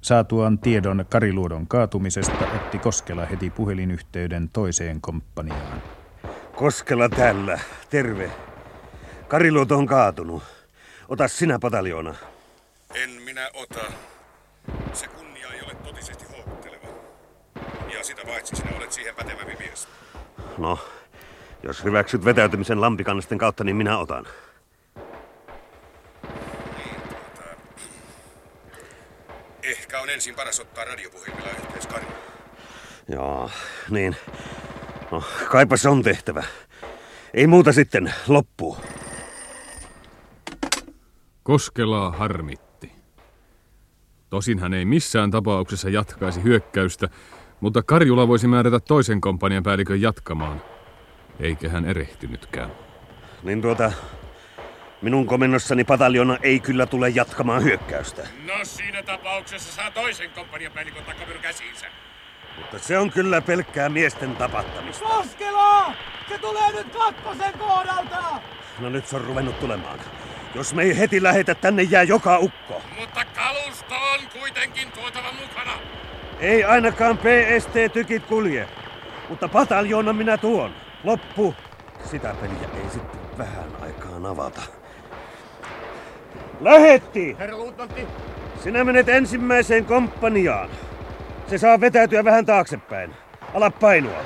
Saatuaan tiedon Kariluodon kaatumisesta otti Koskela heti puhelinyhteyden toiseen komppaniaan. Koskela täällä, terve. Kariluoto on kaatunut. Ota sinä pataljoona. En minä ota. Se kunnia ei ole totisesti houkutteleva. Ja sitä paitsi sinä olet siihen pätevämpi mies. No, jos hyväksyt vetäytymisen lampikannesten kautta, niin minä otan. Ehkä on ensin paras ottaa radiopuhelimella yhteys Kari. Joo, niin. No, kaipa se on tehtävä. Ei muuta sitten, loppuu. Koskelaa harmitti. Tosin hän ei missään tapauksessa jatkaisi hyökkäystä, mutta Karjula voisi määrätä toisen komppanian päällikön jatkamaan. Eikä hän erehtynytkään. Niin minun komennossani pataljona ei kyllä tule jatkamaan hyökkäystä. No siinä tapauksessa saa toisen komppanian päällikön takavyry käsiinsä. Mutta se on kyllä pelkkää miesten tapattamista. Koskela! Se tulee nyt kakkosen kohdalta! No nyt se on ruvennut tulemaan. Jos me ei heti lähetä, tänne jää joka ukko. Mutta kalusto on kuitenkin tuotava mukana. Ei ainakaan PST-tykit kulje. Mutta pataljoona minä tuon. Loppu. Sitä peliä ei sitten vähän aikaan avata. Lähetti! Herra luutnantti! Sinä menet ensimmäiseen komppaniaan. Se saa vetäytyä vähän taaksepäin. Ala painua.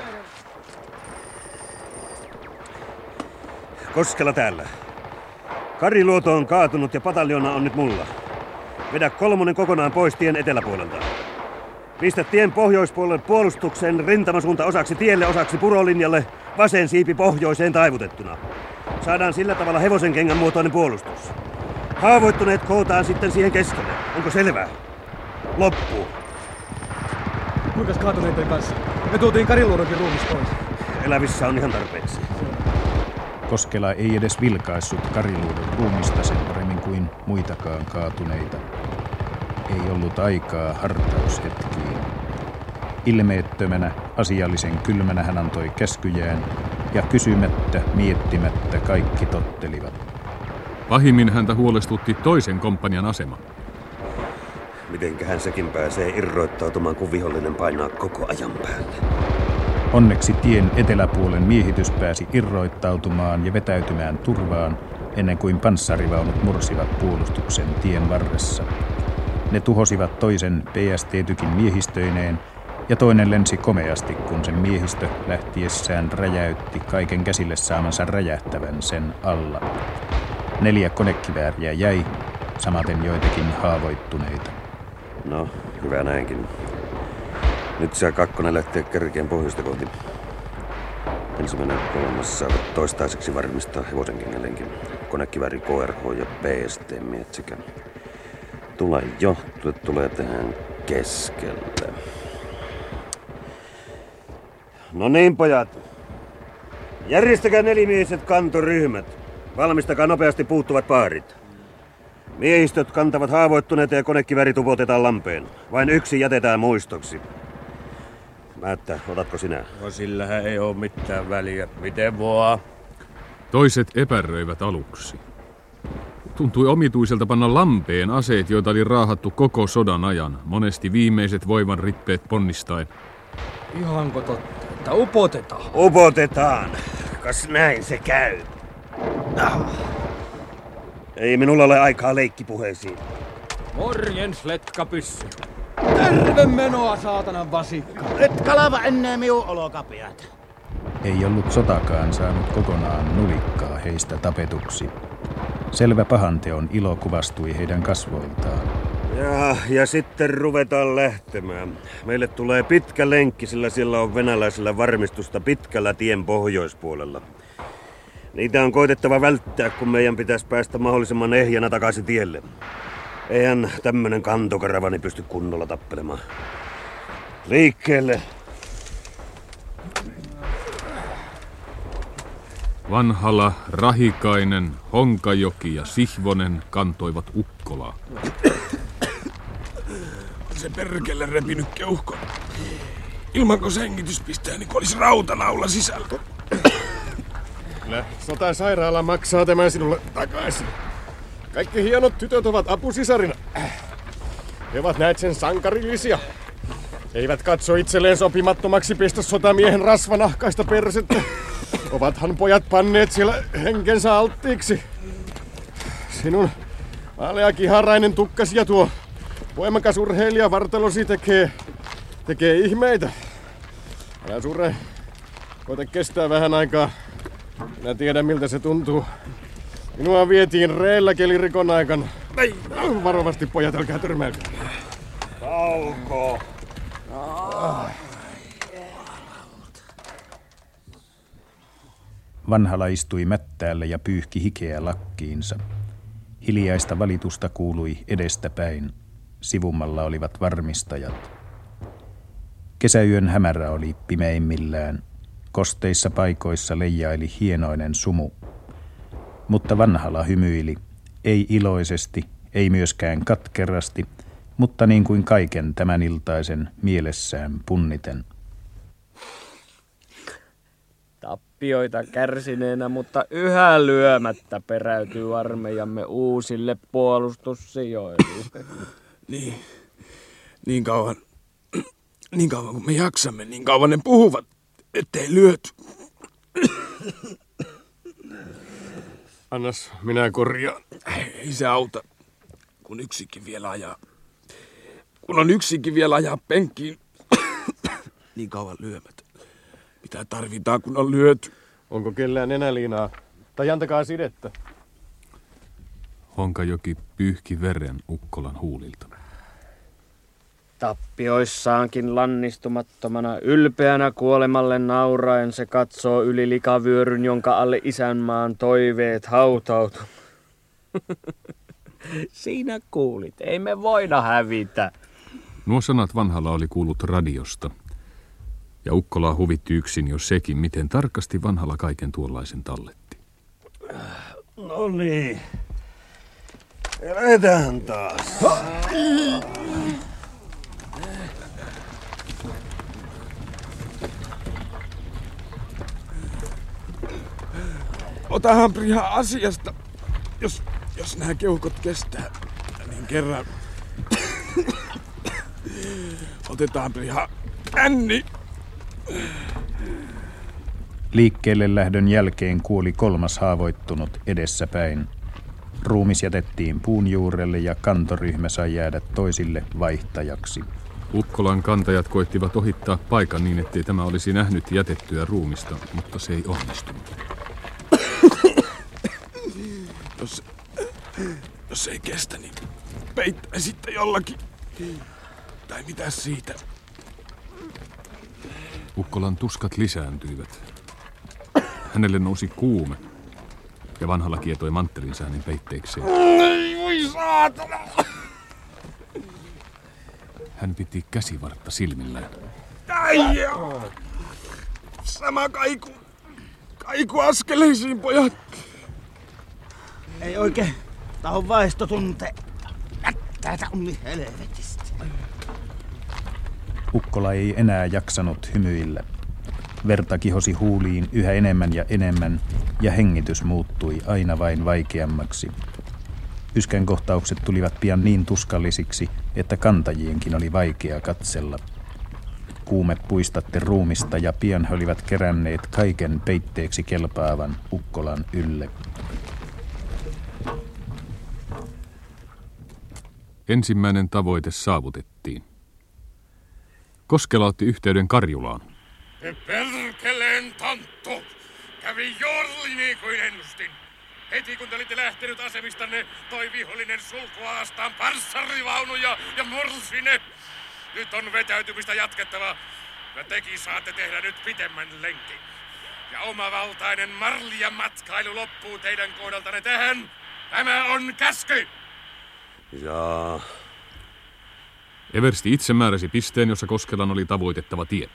Koskela täällä. Kariluoto on kaatunut ja pataljona on nyt mulla. Vedä 3 kokonaan pois tien eteläpuolelta. Pistä tien pohjoispuolelle puolustuksen rintamasuunta osaksi tielle, osaksi purolinjalle, vasen siipi pohjoiseen taivutettuna. Saadaan sillä tavalla hevosenkengän muotoinen puolustus. Haavoittuneet kootaan sitten siihen keskelle. Onko selvää? Loppuu. Kuinkas kaatuneiden kanssa? Me tuotiin Kariluodonkin ruumis pois. Elävissä on ihan tarpeeksi. Koskela ei edes vilkaissut Kariluodon ruumista sen paremmin kuin muitakaan kaatuneita. Ei ollut aikaa hartaushetkiin. Ilmeettömänä, asiallisen kylmänä hän antoi käskyjään, ja kysymättä, miettimättä kaikki tottelivat. Pahimmin häntä huolestutti toisen komppanian asema. Mitenköhän sekin pääsee irroittautumaan, kun vihollinen painaa koko ajan päälle? Onneksi tien eteläpuolen miehitys pääsi irroittautumaan ja vetäytymään turvaan, ennen kuin panssarivaunut mursivat puolustuksen tien varressa. Ne tuhosivat toisen PST-tykin miehistöineen, ja toinen lensi komeasti, kun sen miehistö lähtiessään räjäytti kaiken käsille saamansa räjähtävän sen alla. 4 konekivääriä jäi, samaten joitakin haavoittuneita. No, hyvä näinkin. Nyt saa 2 lähteä kärkeen pohjoista kohti. 1. ja 3. saavat toistaiseksi varmistaa hevosenkengällenkin. Konekivääri KRH ja PST-miehet sekä. Tulee tähän keskelle. No niin, pojat. Järjestäkää nelimiehiset kantoryhmät. Valmistakaa nopeasti puuttuvat paarit. Miehistöt kantavat haavoittuneita ja konekiväärit upotetaan lampeen. Vain 1 jätetään muistoksi. Määttä, otatko sinä? No sillähän ei oo mitään väliä. Miten vaan? Toiset epäröivät aluksi. Tuntui omituiselta panna lampeen aseet, joita oli raahattu koko sodan ajan, monesti viimeiset voivan rippeet ponnistaen. Ihanko totta, että upotetaan? Upotetaan. Kas näin se käy. Ei minulla ole aikaa leikkipuheisiin. Morjens, letkapyssy. Terve menoa, saatanan vasikka. Et kalava ennen miu olokapiat. Ei ollut sotakaan saanut kokonaan nulikkaa heistä tapetuksi. Selvä pahanteon ilo kuvastui heidän kasvoiltaan. Ja sitten ruvetaan lähtemään. Meille tulee pitkä lenkki, sillä siellä on venäläisellä varmistusta pitkällä tien pohjoispuolella. Niitä on koitettava välttää, kun meidän pitäisi päästä mahdollisimman ehjänä takaisin tielle. Eihän tämmönen kantokaravani pysty kunnolla tappelemaan. Liikkeelle! Vanhala, Rahikainen, Honkajoki ja Sihvonen kantoivat Ukkolaa. Se perkele repinyt keuhko. Ilman kun se hengitys pistää, niin kuin olisi rautanaula sisällä. Kyllä, sotasairaala maksaa tämän sinulle takaisin. Kaikki hienot tytöt ovat apusisarina. He ovat näet sen sankarillisia. Eivät katso itselleen sopimattomaksi pestä sotamiehen rasvanahkaista persettä. Ovathan pojat panneet siellä henkensä alttiiksi. Sinun alea kiharainen tukkasi ja tuo voimakas urheilija vartalosi tekee ihmeitä. Älä surre. Koita kestää vähän aikaa. Minä tiedän miltä se tuntuu. Minua vietiin reellä kelirikon aikana. Varovasti pojat, älkää törmäilkää. Kauko. Vanhala istui mättäällä ja pyyhki hikeä lakkiinsa. Hiljaista valitusta kuului edestäpäin. Sivummalla olivat varmistajat. Kesäyön hämärä oli pimeimmillään. Kosteissa paikoissa leijaili hienoinen sumu. Mutta Vanhala hymyili, ei iloisesti, ei myöskään katkerasti, mutta niin kuin kaiken tämän iltaisen mielessään punniten. Tappioita kärsineenä, mutta yhä lyömättä peräytyy armeijamme uusille puolustussijoille. Niin kauan kun me jaksamme, niin kauan ne puhuvat, ettei lyöty. Annas, minä korjaan. Ei se auta, kun on yksikin vielä ajaa penkkiin. Niin kauan lyömättä. Mitä tarvitaan, kun on lyöty? Onko kellään nenäliinaa? Tai antakaa sidettä. Honkajoki pyyhki veren Ukkolan huulilta. Tappioissaankin lannistumattomana, ylpeänä kuolemalle nauraen se katsoo yli likavyöryn, jonka alle isänmaan toiveet hautautu. Siinä kuulit, ei me voida hävitä. Nuo sanat Vanhala oli kuullut radiosta. Ja Ukkolaa huvitti yksin jo sekin, miten tarkasti Vanhala kaiken tuollaisen talletti. No niin. Eletään taas. Otahan Priha asiasta, jos nämä keuhkot kestää, niin kerran. Otetaan Priha änni. Liikkeelle lähdön jälkeen kuoli 3. haavoittunut edessäpäin. Ruumis jätettiin puun juurelle ja kantoryhmä sai jäädä toisille vaihtajaksi. Ukkolan kantajat koittivat ohittaa paikan niin, ettei tämä olisi nähnyt jätettyä ruumista, mutta se ei onnistunut. Jos ei kestä, niin peittäisitte jollakin. Tai mitä siitä? Ukkolan tuskat lisääntyivät. Hänelle nousi kuume, ja Vanhala kietoi manttelinsa hänen peitteikseen. Ei voi saatana! Hän piti käsivartta silmillään. Äijä! Sama kaiku askeleisiin, pojat. Ei oikein tahon vaisto tunte. Tätä on niin helvetistä. Ukkola ei enää jaksanut hymyillä. Verta kihosi huuliin yhä enemmän ja hengitys muuttui aina vain vaikeammaksi. Yskän kohtaukset tulivat pian niin tuskallisiksi, että kantajienkin oli vaikea katsella. Kuume puistatti ruumista ja pian he olivat keränneet kaiken peitteeksi kelpaavan Ukkolan ylle. Ensimmäinen tavoite saavutettiin. Koskela otti yhteyden Karjulaan. Perkeleen tonttu! Kävi juuri niin kuin ennustin. Heti kun te olitte lähtenyt asemistanne, toi vihollinen sulkua vastaan panssarivaunuja ja mursi ne. Nyt on vetäytymistä jatkettava. Ja tekin saatte tehdä nyt pitemmän lenkin. Ja omavaltainen marlian matkailu loppuu teidän kohdaltanne tähän. Tämä on käsky! Jaa. Eversti itse määräsi pisteen, jossa Koskelan oli tavoitettava tie.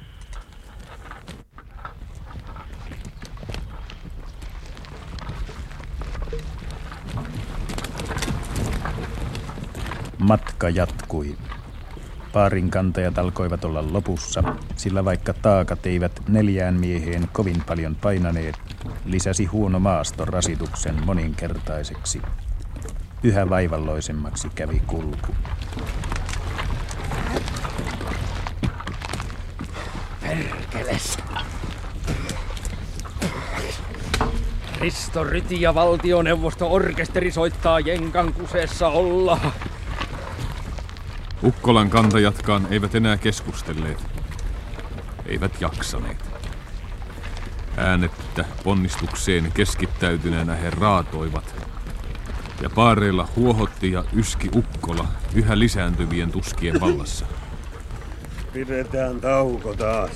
Matka jatkui. Paarin kantajat alkoivat olla lopussa, sillä vaikka taakat eivät 4 mieheen kovin paljon painaneet, lisäsi huono maasto rasituksen moninkertaiseksi. Yhä vaivalloisemmaksi kävi kulku. Perkeles. Risto Ryti ja valtioneuvosto-orkesteri soittaa Jenkan kuseessa olla. Ukkolan kantajatkaan eivät enää keskustelleet. Eivät jaksaneet. Äänettä ponnistukseen keskittäytyneenä he raatoivat. Ja paareilla huohotti ja yski Ukkola yhä lisääntyvien tuskien vallassa. Pidetään tauko taas.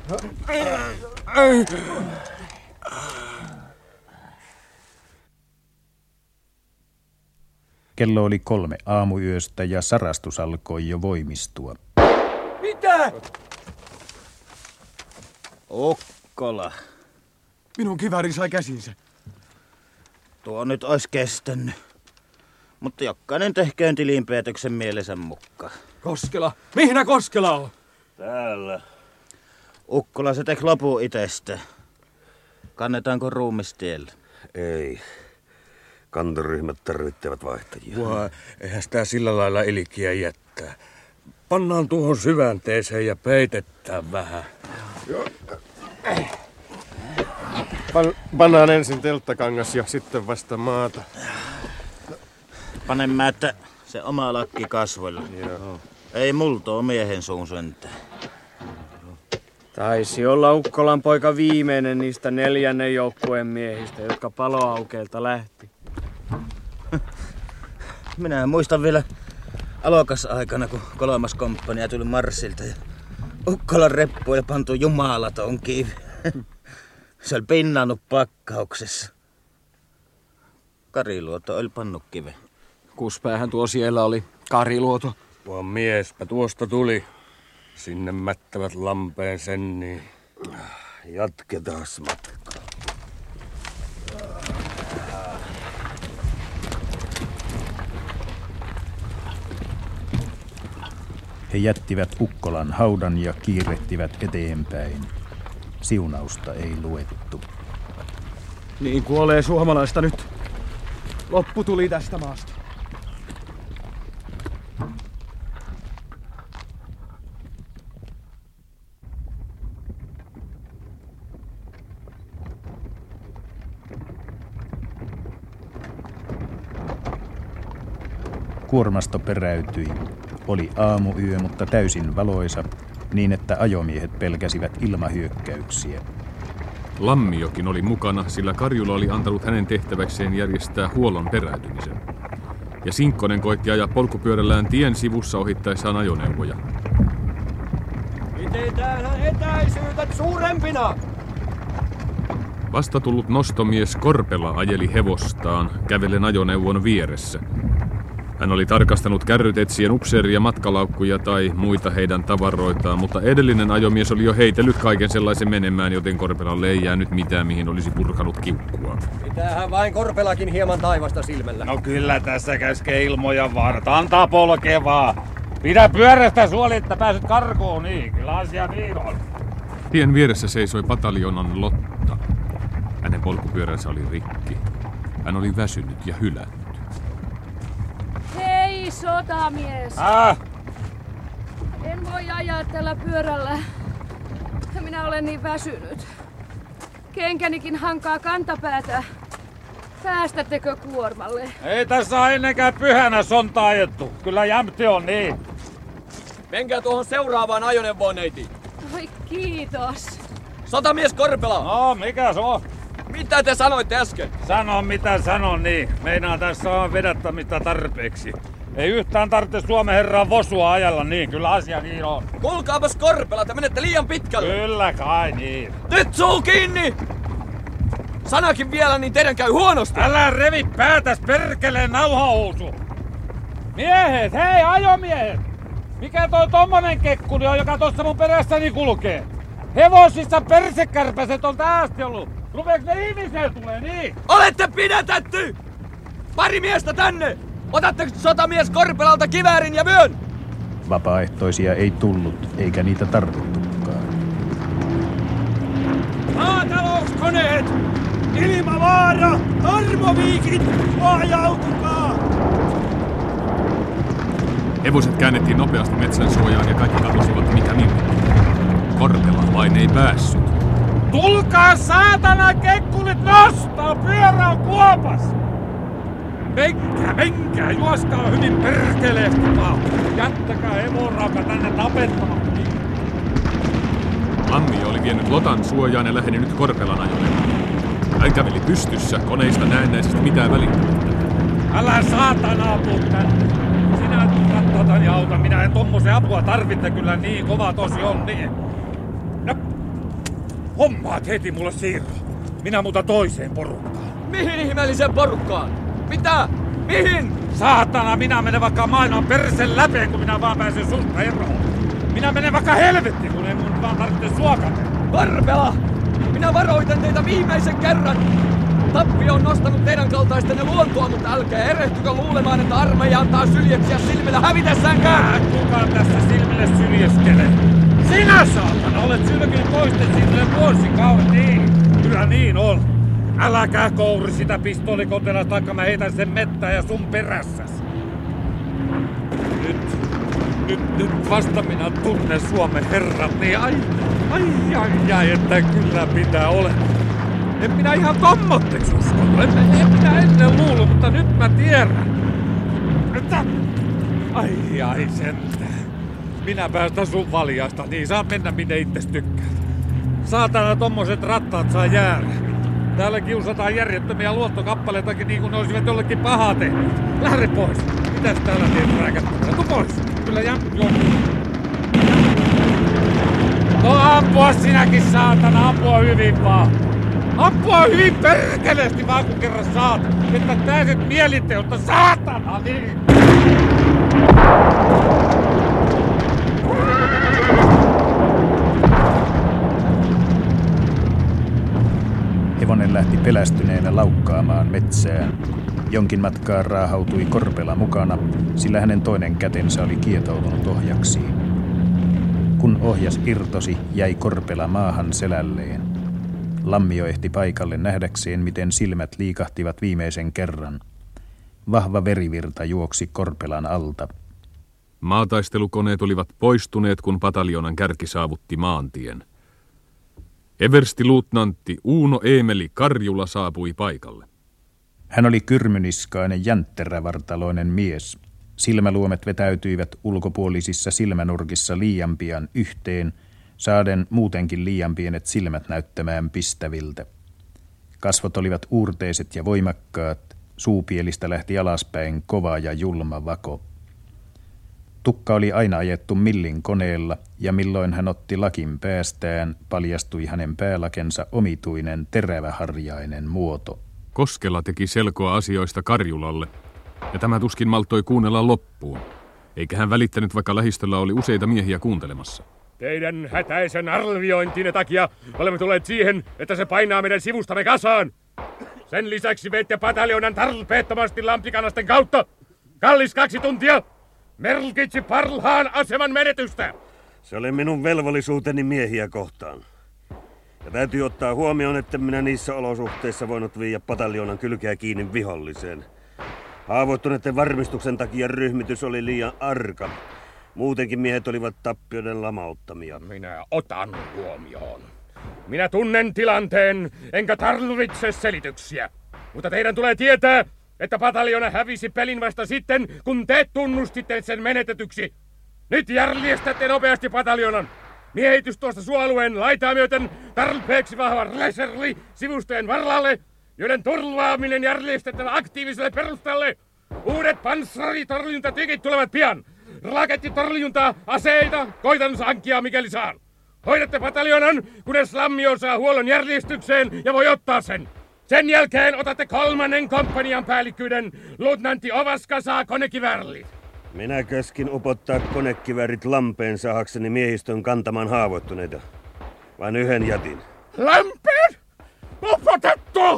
Kello oli 3 aamuyöstä ja sarastus alkoi jo voimistua. Mitä? Ukkola. Minun kiväärin sai käsinsä. Tuo nyt ois kestänyt. Mutta jokainen tehköön tilinpäätöksen mielensä mukaan. Koskela. Mihinä Koskela on? Täällä. Ukkola se tek lopu itestä. Kannetaanko ruumis tielle? Ei. Kantoryhmät tarvitsevat vaihtajia. Eihän sitä sillä lailla elikiä jättää. Pannaan tuohon syvänteeseen ja peitetään vähän. Pannaan ensin telttakangas ja sitten vasta maata. Panen mä, että se oma lakki kasvoilla. Joo. Ei multa oo miehen suun sentään. Taisi olla Ukkolan poika viimeinen niistä 4. joukkueen miehistä, jotka paloaukeelta lähti. Minä muistan vielä alokasaikana, kun 3. komppania tuli marssilta ja Ukkolan reppuille pantu jumalaton kivi. Se oli pinnannut pakkauksessa. Kariluoto oli pannut kiven. Kuspäähän tuo siellä oli Kariluoto. Vaan miespä tuosta tuli. Sinne mättävät lampeen sen niin. Jatketaan matkaa. He jättivät Ukkolan haudan ja kiirehtivät eteenpäin. Siunausta ei luettu. Niin kuolee suomalaista nyt. Loppu tuli tästä maasta. Kuormasto peräytyi. Oli aamuyö, mutta täysin valoisa, niin että ajomiehet pelkäsivät ilmahyökkäyksiä. Lammiokin oli mukana, sillä Karjula oli antanut hänen tehtäväkseen järjestää huollon peräytymisen. Ja Sinkkonen koitti ajaa polkupyörällään tien sivussa ohittaessaan ajoneuvoja. Pidetään etäisyydet suurempina! Vasta tullut nostomies Korpela ajeli hevostaan, kävellen ajoneuvon vieressä. Hän oli tarkastanut kärryt etsien upseeria, matkalaukkuja tai muita heidän tavaroitaan, mutta edellinen ajomies oli jo heitellyt kaiken sellaisen menemään, joten Korpelalle ei jäänyt mitään, mihin olisi purkanut kiukkua. Pitäähän vain Korpelakin hieman taivasta silmällä. No kyllä tässä käskee ilmoja varta. Antaa polkevaa. Pidä pyörästä suoli, että pääset karkuun. Niin, kyllä asia niin on. Tien vieressä seisoi pataljonan Lotta. Hänen polkupyöränsä oli rikki. Hän oli väsynyt ja hylännyt. Hei, sotamies! En voi ajaa tällä pyörällä. Minä olen niin väsynyt. Kenkänikin hankaa kantapäätä. Päästättekö kuormalle? Ei tässä ennenkään pyhänä sonta ajettu. Kyllä jämpti on niin. Menkää tuohon seuraavaan ajoneuvoon, neiti. Oi, kiitos. Sotamies Korpela! No, mikä se on? Mitä te sanoitte äsken? Sano mitä sanon niin. Meinaa tässä on vedättämistä tarpeeksi. Ei yhtään tarvitse Suomen herran vosua ajalla niin. Kyllä asia niin on. Kuulkaapas Korpela, te menette liian pitkälle. Kyllä kai niin. Nyt suu kiinni! Sanakin vielä, niin teidän käy huonosti. Älä revi päätäs perkeleen nauhahousu. Miehet, hei ajomiehet! Mikä toi tommonen kekkuli on, joka tossa mun perässäni kulkee? Hevosissa persekärpäset on tähästi ollut. Rupeeks ne ihmisiä tulee, niin? Olette pidätetty! Pari miestä tänne! Otatteko sotamies Korpelalta kiväärin ja vyön? Vapaaehtoisia ei tullut, eikä niitä tarvittukaan. Maatalouskoneet! Ilmavaara! Armoviikit! Ohjautukaa! Hevoset käännettiin nopeasti metsän suojaan ja kaikki katosivat mitä minne. Korpela vain ei päässyt. Tulkaa saatana kekkulit nostaa, pyörä on kuopas! Menkää, juoskaa hyvin perkeleesti vaan. Jättäkää hevonrauka tänne tapettamaan. Lammio oli vienyt Lotan suojaan ja lähenyt Korpelan ajolle. Hän käveli pystyssä, koneista näennäisesti mitään välittämättä. Älä saatana tuu tänne. Sinä katsotaan ja auta. Minä en tommosen apua tarvitse kyllä niin kova tosi on niin. No, hommaat heti mulle siirro. Minä muuta toiseen porukkaan. Mihin ihmeelliseen porukkaan? Mitä? Mihin? Saatana, minä menen vaikka maailman persen läpi, kun minä vaan pääsen susta eroon. Minä menen vaikka helvettiin, kun ei mun vaan tarvitse suokata. Korpela! Minä varoitan teitä viimeisen kerran! Tappio on nostanut teidän kaltaistenne luontoa, mutta älkää erehtykö luulemaan, että armeija antaa syljeksiä silmillä hävitessäänkään! Kuka tässä silmille syljeskele? Sinä saatana, olet sylkinyt toisten silmille vuosikaudet, niin. Kyllä niin on. Äläkää kouri sitä pistoolikotella, taikka mä heitän sen mettään ja sun perässäs. Nyt vasta minä tunnen Suomen herrat, niin ai, että kyllä pitää olla. En minä ihan tommotteeksi uskonut. En minä ennen luullut, mutta nyt mä tiedän. Ai sentään. Minä päästän sun valjasta, niin saa mennä minne itses tykkäät. Saatana tommoset rattaat saa jäädä. Täällä kiusataan järjettömiä luottokappaleitakin niin kuin ne olisivat jollekin pahaa tehneet. Lähde pois. Mitäs täällä teet rääkättämään? Tu pois. Kyllä jämppi on. No ampua sinäkin saatana, ampua hyvin vaan. Ampua hyvin perkeleesti vaan kun kerran saat. Että pääset mieliteosta saatana niin. Hevonen lähti pelästyneenä laukkaamaan metsään. Jonkin matkaa raahautui Korpela mukana, sillä hänen toinen kätensä oli kietoutunut ohjaksiin. Kun ohjas irtosi, jäi Korpela maahan selälleen. Lammio ehti paikalle nähdäkseen, miten silmät liikahtivat viimeisen kerran. Vahva verivirta juoksi Korpelan alta. Maataistelukoneet olivat poistuneet, kun pataljonan kärki saavutti maantien. Everstiluutnantti Uuno Eemeli Karjula saapui paikalle. Hän oli kyrmyniskainen, jäntterävartaloinen mies. Silmäluomet vetäytyivät ulkopuolisissa silmänurkissa liian pian yhteen, saaden muutenkin liian pienet silmät näyttämään pistäviltä. Kasvot olivat uurteiset ja voimakkaat, suupielistä lähti alaspäin kova ja julma vako. Tukka oli aina ajettu millin koneella, ja milloin hän otti lakin päästään, paljastui hänen päälakensa omituinen teräväharjainen muoto. Koskela teki selkoa asioista Karjulalle, ja tämä tuskin malttoi kuunnella loppuun. Eikä hän välittänyt, vaikka lähistöllä oli useita miehiä kuuntelemassa. Teidän hätäisen arviointinne takia olemme tulleet siihen, että se painaa meidän sivustamme kasaan. Sen lisäksi veitte pataljonan tarpeettomasti lampikanasten kautta. Kallis 2 tuntia. Merkitsi parhaan aseman menetystä. Se oli minun velvollisuuteni miehiä kohtaan. Ja täytyy ottaa huomioon, että minä niissä olosuhteissa voinut viiä pataljonan kylkeä kiinni viholliseen. Haavoittuneiden varmistuksen takia ryhmitys oli liian arka. Muutenkin miehet olivat tappioiden lamauttamia. Minä otan huomioon. Minä tunnen tilanteen, enkä tarvitse selityksiä. Mutta teidän tulee tietää, että pataljona hävisi pelin vasta sitten, kun te tunnustitte sen menetetyksi. Nyt järjestätte nopeasti pataljonan. Miehitys tuosta suoalueen laitaa myöten tarpeeksi vahva reservi sivustojen varalle, joiden turvaaminen järjestetään aktiiviselle perustalle. Uudet panssaritorjuntatykit tulevat pian. Rakettitorjuntaa, aseita, koitan hankkia mikäli saan. Hoidatte pataljonan, kunnes Lammio saa huollon järjestykseen ja voi ottaa sen. Sen jälkeen otatte 3. komppanian päällikkyyden. Luutnantti Ovaska saa konekiväärit. Minä käskin upottaa konekiväärit lampeen sahakseni miehistön kantamaan haavoittuneita. Vain yhden jätin. Lampeen? Upotettu!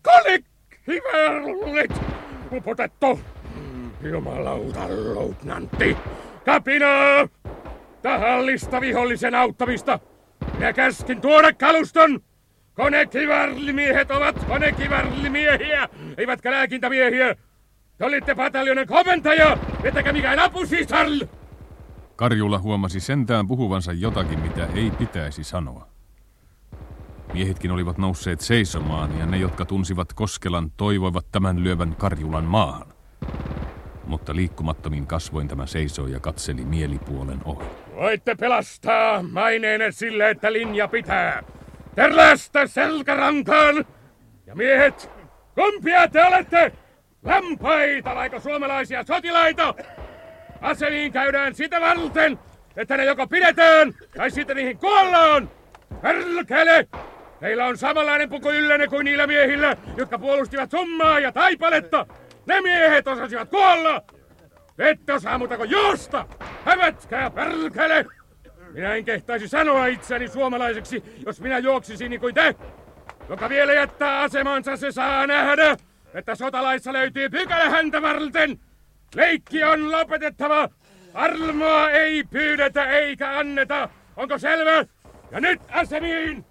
Konekiväärit! Upotettu! Jumalauta, luutnantti! Kapinaa! Tahallista vihollisen auttamista! Minä käskin tuoda kaluston! Konekiväärimiehet ovat konekiväärimiehiä, eivätkä lääkintämiehiä! Te olitte pataljonan komentaja, ettekä mikään apusisarl! Karjula huomasi sentään puhuvansa jotakin, mitä ei pitäisi sanoa. Miehetkin olivat nousseet seisomaan, ja ne, jotka tunsivat Koskelan, toivoivat tämän lyövän Karjulan maahan. Mutta liikkumattomin kasvoin tämä seisoi ja katseli mielipuolen ohi. Voitte pelastaa maineenne sille, että linja pitää. Terlästä selkärankaan! Ja miehet, kumpia te olette? Lampaita vaiko suomalaisia sotilaita? Asemiin käydään sitä varten, että ne joko pidetään tai sitten niihin kuollaan. Perkele! Teillä on samanlainen puku yllenne kuin niillä miehillä, jotka puolustivat Summaa ja Taipaletta. Ne miehet osasivat kuolla! Ette osaa muuta kuin juosta! Hävätkää, perkele! Minä en kehtaisi sanoa itseäni suomalaiseksi, jos minä juoksisin niin kuin te. Joka vielä jättää asemansa, se saa nähdä, että sotalaissa löytyy pykälä häntä varten. Leikki on lopetettava. Armoa ei pyydetä eikä anneta. Onko selvä? Ja nyt asemiin!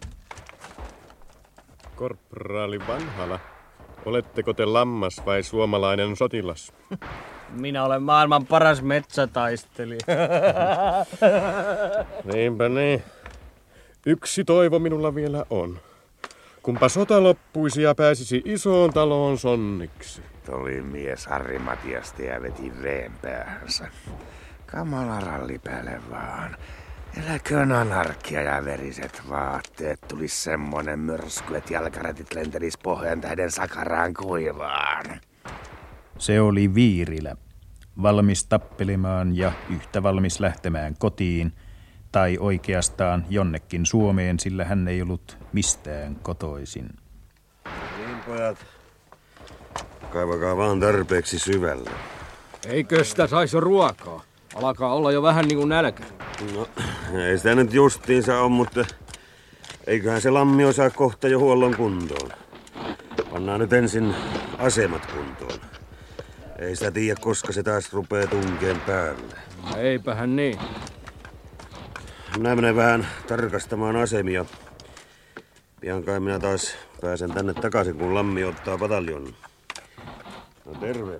Korporaali Vanhala, oletteko te lammas vai suomalainen sotilas? Minä olen maailman paras metsätaistelija. Niinpä niin. Yksi toivo minulla vielä on. Kumpa sota loppuisi ja pääsisi isoon taloon sonniksi. Tuli mies Harri Matiasta ja veti veen päähänsä. Kamala ralli päälle vaan. Eläköön anarkia ja veriset vaatteet. Tulis semmonen myrsky, että jalkarätit lentelis pohjan tähden sakaraan kuivaan. Se oli Viirilä, valmis tappelemaan ja yhtä valmis lähtemään kotiin, tai oikeastaan jonnekin Suomeen, sillä hän ei ollut mistään kotoisin. Niin pojat, kaivakaa vaan tarpeeksi syvälle. Eikö sitä saisi ruokaa? Alkaa olla jo vähän niin kuin nälkä. No, ei sitä nyt justiinsa ole, mutta eiköhän se lammi osaa kohta jo huollon kuntoon. Pannaan nyt ensin asemat kuntoon. Ei sitä tiedä, koska se taas rupee tunkeen päälle. Eipähän niin. Minä menen vähän tarkastamaan asemia. Pian kai minä taas pääsen tänne takaisin, kun lammi ottaa pataljon. No terve.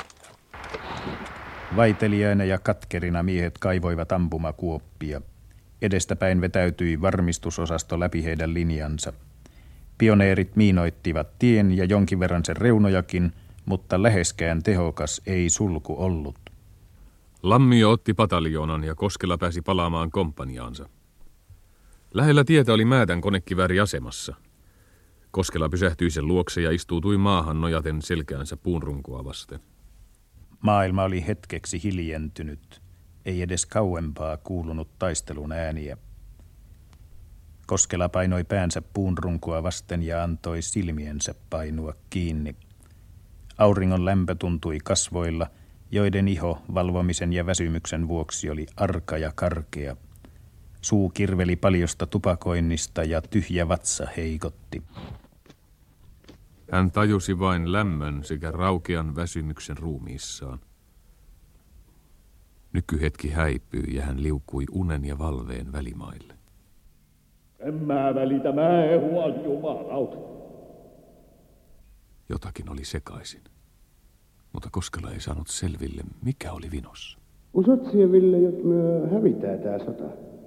Vaiteliaina ja katkerina miehet kaivoivat ampumakuoppia. Edestäpäin vetäytyi varmistusosasto läpi heidän linjansa. Pioneerit miinoittivat tien ja jonkin verran sen reunojakin, mutta läheskään tehokas ei sulku ollut. Lammio otti pataljoonan ja Koskela pääsi palaamaan komppaniaansa. Lähellä tietä oli Määtän konekivääri asemassa. Koskela pysähtyi sen luokse ja istuutui maahan nojaten selkäänsä puunrunkoa vasten. Maailma oli hetkeksi hiljentynyt. Ei edes kauempaa kuulunut taistelun ääniä. Koskela painoi päänsä puunrunkoa vasten ja antoi silmiensä painua kiinni. Auringon lämpö tuntui kasvoilla, joiden iho valvomisen ja väsymyksen vuoksi oli arka ja karkea. Suu kirveli paljosta tupakoinnista ja tyhjä vatsa heikotti. Hän tajusi vain lämmön sekä raukean väsymyksen ruumiissaan. Nykyhetki häipyi ja hän liukui unen ja valveen välimaille. En mä välitä, mä en huoli jumalauta. Jotakin oli sekaisin, mutta Koskela ei saanut selville, mikä oli vinossa. Usot siihen, Ville, jot myö hävitää tää sota?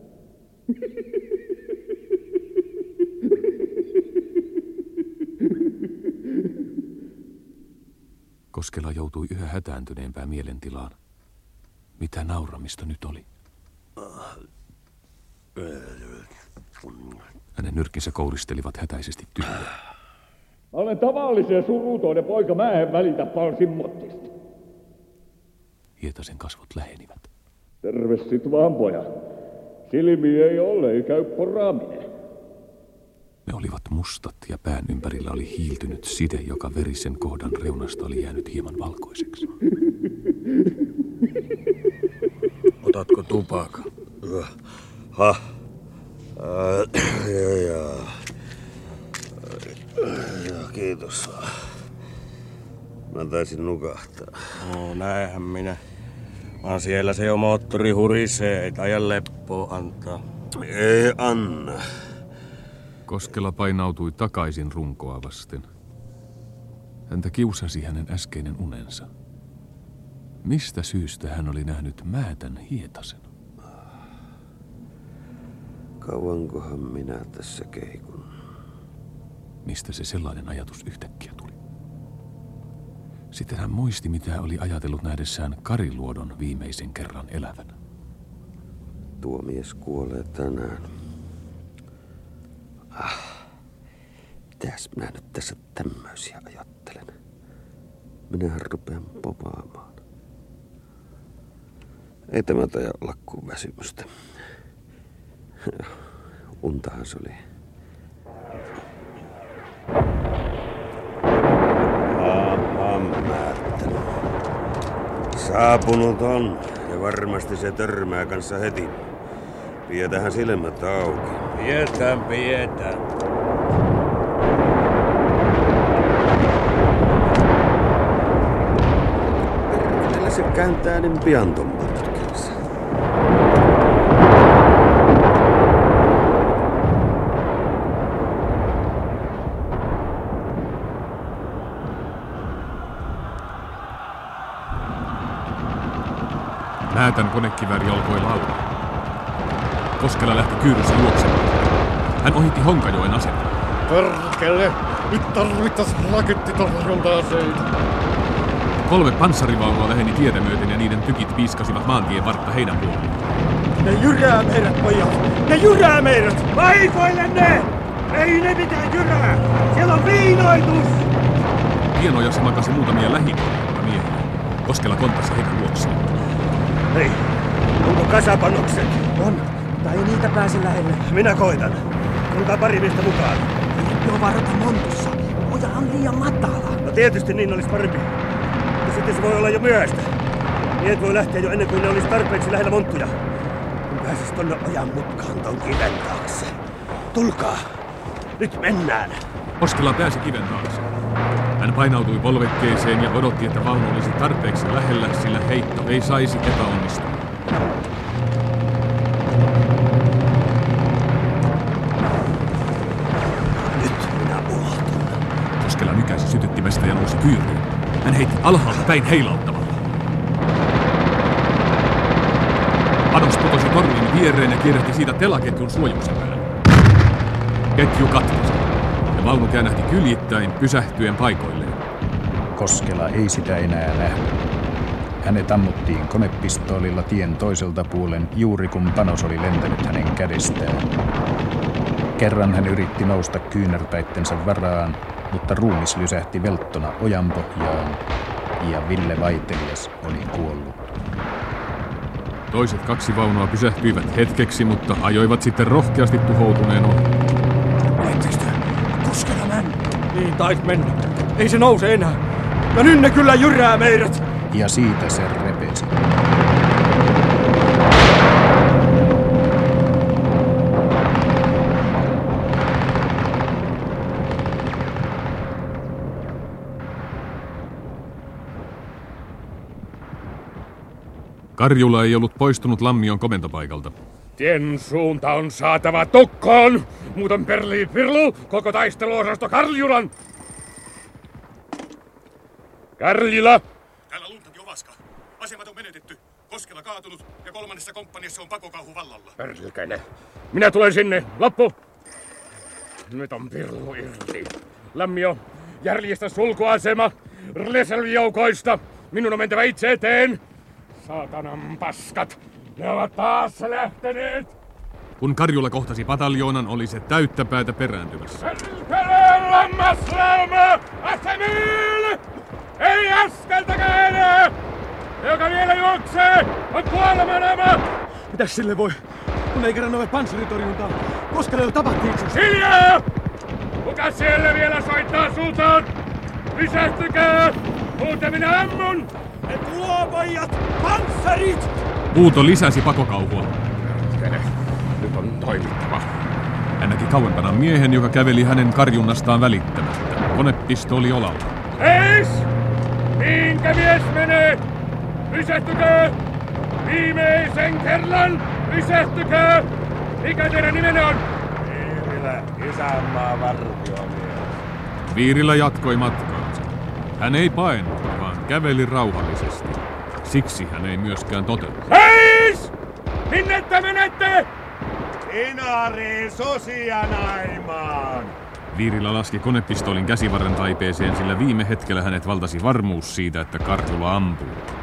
Koskela joutui yhä hätääntyneempään mielentilaan. Mitä nauramista nyt oli? Hänen nyrkinsä kouristelivat hätäisesti tyhjää. Olen tavallisen surutoinen poika, mä en välitä palsimmottista. Hietasen kasvot lähenivät. Tervesit vaan, pojat. Silmi ei ole, ei käy poraaminen. Ne olivat mustat ja pään ympärillä oli hiiltynyt side, joka verisen kohdan reunasta oli jäänyt hieman valkoiseksi. Otatko tupakan? Kiitos. Mä taisin nukahtaa. No näinhän minä. Vaan siellä se jo moottori hurisee, ei taida leppoa antaa. Ei anna. Koskela painautui takaisin runkoa vasten. Häntä kiusasi hänen äskeinen unensa. Mistä syystä hän oli nähnyt Määtän Hietasen? Kauankohan minä tässä keikun? Mistä se sellainen ajatus yhtäkkiä tuli? Sitten hän muisti, mitä oli ajatellut nähdessään Kariluodon viimeisen kerran elävänä. Tuo mies kuolee tänään. Mitäs minä nyt tässä tämmöisiä ajattelen? Minähän rupean povaamaan. Ei tämä taida olla kuin väsymystä. Untahan se oli. Määrittänyt. Saapunut on, ja varmasti se törmää kanssa heti. Pidetähän silmät auki. Pidetään. Perkele se kääntää niin pian ton putkelsa. Näätän konekivääri alkoi laulaa. Koskela lähti kyyryssä juoksemaan. Hän ohitti Honkajoen aseman. Perkele! Nyt tarvittais rakettitorjunta-aseita. 3 panssarivaunua läheni tietä myöten ja niiden tykit piiskasivat maantien vartta heidän puolelleen. Ne jyrää meidät, pojat! Ne jyrää meidät! Paikoillenne! Ei ne mitään jyrää! Siellä on viinoitus! Pienojassa makasi muutamia lähinuolta miehiä. Koskela kontasi heidän luokseen. Hei, onko kasapanokset? On, mutta ei niitä pääse lähelle. Minä koitan. Tulkaa pari miestä mukaan. Joo, varata montussa. Oja on liian matala. No tietysti niin olisi parempi. Mutta sitten se voi olla jo myöhäistä. Miehet voi lähteä jo ennen kuin ne olisi tarpeeksi lähellä monttuja. Kun pääsis tonne ojan mutkaan ton kiven taakse. Tulkaa. Nyt mennään. Koskela pääsi kiven taakse. Hän painautui polvekkeeseen ja odotti, että vaunu olisi tarpeeksi lähellä, sillä heitto ei saisi epäonnistua. Nyt minä unohtun. Koskela nykäisi sytyttimestä ja nousi kyyryyn. Hän heitti alhaalta päin heilauttamalla. Panos putosi tornin viereen ja kierrähti siitä telaketjun suojuksen päälle. Ketju katkosi. Ja vaunu käännähti kyljittäin pysähtyen paikoilleen. Koskela ei sitä enää nähnyt. Hänet ammuttiin konepistoolilla tien toiselta puolen juuri kun panos oli lentänyt hänen kädestään. Kerran hän yritti nousta kyynärpäittensä varaan, mutta ruumis lysähti velttona ojanpohjaan ja Ville Vaitelias oli kuollut. Toiset 2 vaunua pysähtyivät hetkeksi, mutta ajoivat sitten rohkeasti tuhoutuneen ohi. Koskela mennä. Niin tais mennä. Ei se nouse enää. Ja nyt ne kyllä jyrää meidät. Ja siitä se repesi. Karjula ei ollut poistunut Lammion komentopaikalta. Tien suunta on saatava tukkoon! Muuten perlii pirlu koko taisteluosasto Karjulan! Karjula! Täällä Luntaki Ovaska. Asemat on menetetty. Koskela kaatunut ja 3. komppaniassa on pakokauhu vallalla. Perkele. Minä tulen sinne. Loppu! Nyt on pirlu irti. Lammio, järjestä sulkuasema. Reservijoukoista. Minun on mentävä itse eteen. Saatanan paskat. Ne ovat taas lähteneet. Kun Karjula kohtasi pataljoonan, oli se täyttä päätä perääntymässä. Perkele lammaslauma! Asemille! Ei askeltakaan enää! Joka vielä juoksee, on kuolemanama! Mitäs sille voi, kun ei kerran ole panssaritorjuntaa? Koskelalle tapahti itse. Hiljaa! Kuka siellä vielä soittaa sultaan? Pysähtykää! Muuten minä ammun! Ne tuopojat! Panssarit! Huuto lisäsi pakokauhua. Perkele, nyt on toimittava. Hän näki kauempana miehen, joka käveli hänen karjunnastaan välittämättä. Konepistooli olalla. Eis! Minkä mies menee? Pysähtykää! Viimeisen kerran! Pysähtykää! Mikä teidän nimenne on? Viirilä, isänmaan vartiomies. Viirilä jatkoi matkaansa. Hän ei paennut, vaan käveli rauhallisesti. Siksi hän ei myöskään toteutunut. Eis! Minne te menette? Inari Sosianaimaan! Viirila laski konepistoolin käsivarren taipeeseen, sillä viime hetkellä hänet valtasi varmuus siitä, että Karjula ampuu.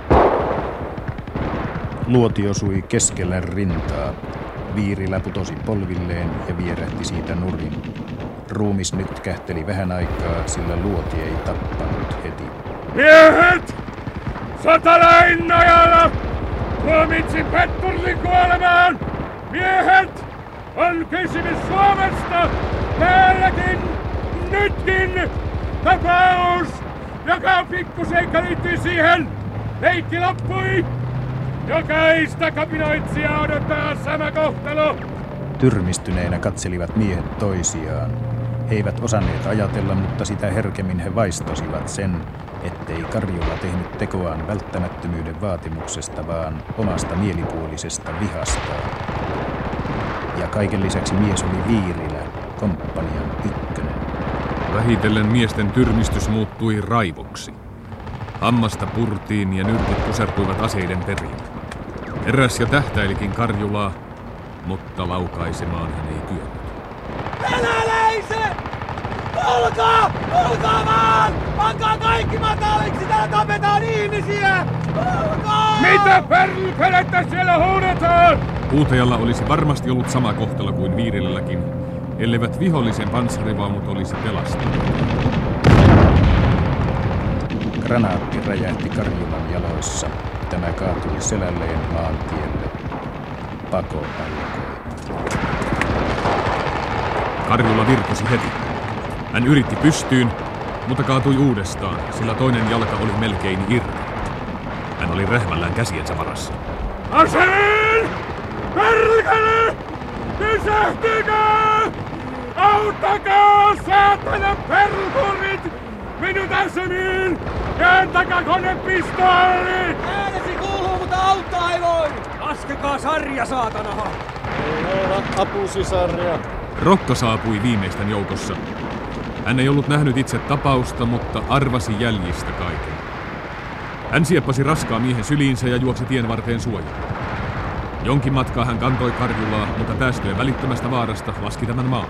Luoti osui keskellä rintaa. Viirila putosi polvilleen ja vierähti siitä nurin. Ruumis nyt kähteli vähän aikaa, sillä luoti ei tappanut heti. Miehet! Sotalain nojalla! Tuomitsin Pettursin kuolemaan! Miehet! On kysymys Suomesta! Täälläkin! Nytkin! Tapaus! Joka pikkuseikka liittyy siihen! Leikki loppui! Jokaista kapinoitsijaa odottaa sama kohtalo! Tyrmistyneinä katselivat miehet toisiaan. He eivät osanneet ajatella, mutta sitä herkemmin he vaistosivat sen, ettei Karjula tehnyt tekoaan välttämättömyyden vaatimuksesta, vaan omasta mielipuolisesta vihastaan. Ja kaiken lisäksi mies oli Viirilä, komppanian ykkönen. Vähitellen miesten tyrmistys muuttui raivoksi. Hammasta purtiin ja nyrkit pusertuivat aseiden perin. Eräs jo tähtäilikin Karjulaa, mutta laukaisemaan hän ei kyennyt. Venäläiset! Tulkaa! Tulkaa vaan! Pankaa kaikki mataliksi! Täällä tapetaan ihmisiä! Tulkaa! Mitä perkelettä siellä huudetaan? Huutajalla olisi varmasti ollut sama kohtalo kuin Viirilälläkin, elleivät vihollisen panssarivaunut olisi pelastuneet. Granaatti räjähti Karjulan jaloissa. Tämä kaatui selälleen maantielle. Pako alkoi. Karjula virkosi heti. Hän yritti pystyyn, mutta kaatui uudestaan, sillä toinen jalka oli melkein irti. Hän oli rähmällään käsiensä varassa. Aseen! Perkele! Pysähtykää! Auttakaa, saatana perkurit! Minut asemiin! Ja antakaa konepistooli! Äänesi kuuluu, mutta auttaa ei voi! Laskekaa sarja, saatanaha! Ei olla apusisarja. Rokka saapui viimeisten joukossa. Hän ei ollut nähnyt itse tapausta, mutta arvasi jäljistä kaiken. Hän sieppasi raskaan miehen syliinsä ja juoksi tien varteen suojaan. Jonkin matkaa hän kantoi Karjulaa, mutta päästyä välittömästä vaarasta laski tämän maan.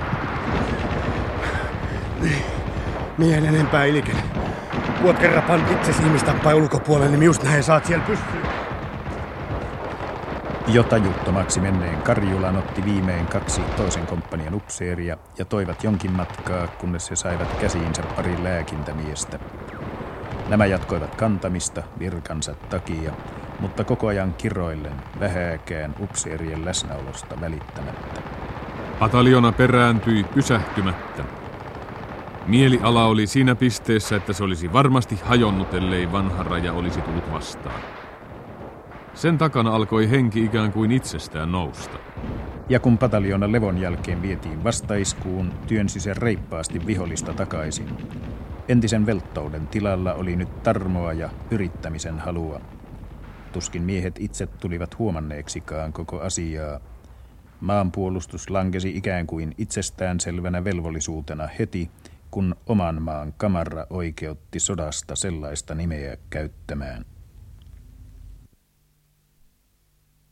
Mie en enempää ilikene. Kuot kerran pan itses ihmistappaa ulkopuolelle, niin just näin saat siellä pystyyn. Jo tajuttomaksi menneen Karjulan otti viimein 2 toisen komppanian upseeria ja toivat jonkin matkaa, kunnes he saivat käsiinsä pari lääkintämiestä. Nämä jatkoivat kantamista virkansa takia, mutta koko ajan kiroillen vähääkään upseerien läsnäolosta välittämättä. Pataljona perääntyi pysähtymättä. Mieliala oli siinä pisteessä, että se olisi varmasti hajonnut, ellei vanha raja olisi tullut vastaan. Sen takana alkoi henki ikään kuin itsestään nousta. Ja kun pataljona levon jälkeen vietiin vastaiskuun, työnsi se reippaasti vihollista takaisin. Entisen velttouden tilalla oli nyt tarmoa ja yrittämisen halua. Tuskin miehet itse tulivat huomanneeksikaan koko asiaa. Maanpuolustus lankesi ikään kuin itsestäänselvänä velvollisuutena heti, kun oman maan kamara oikeutti sodasta sellaista nimeä käyttämään.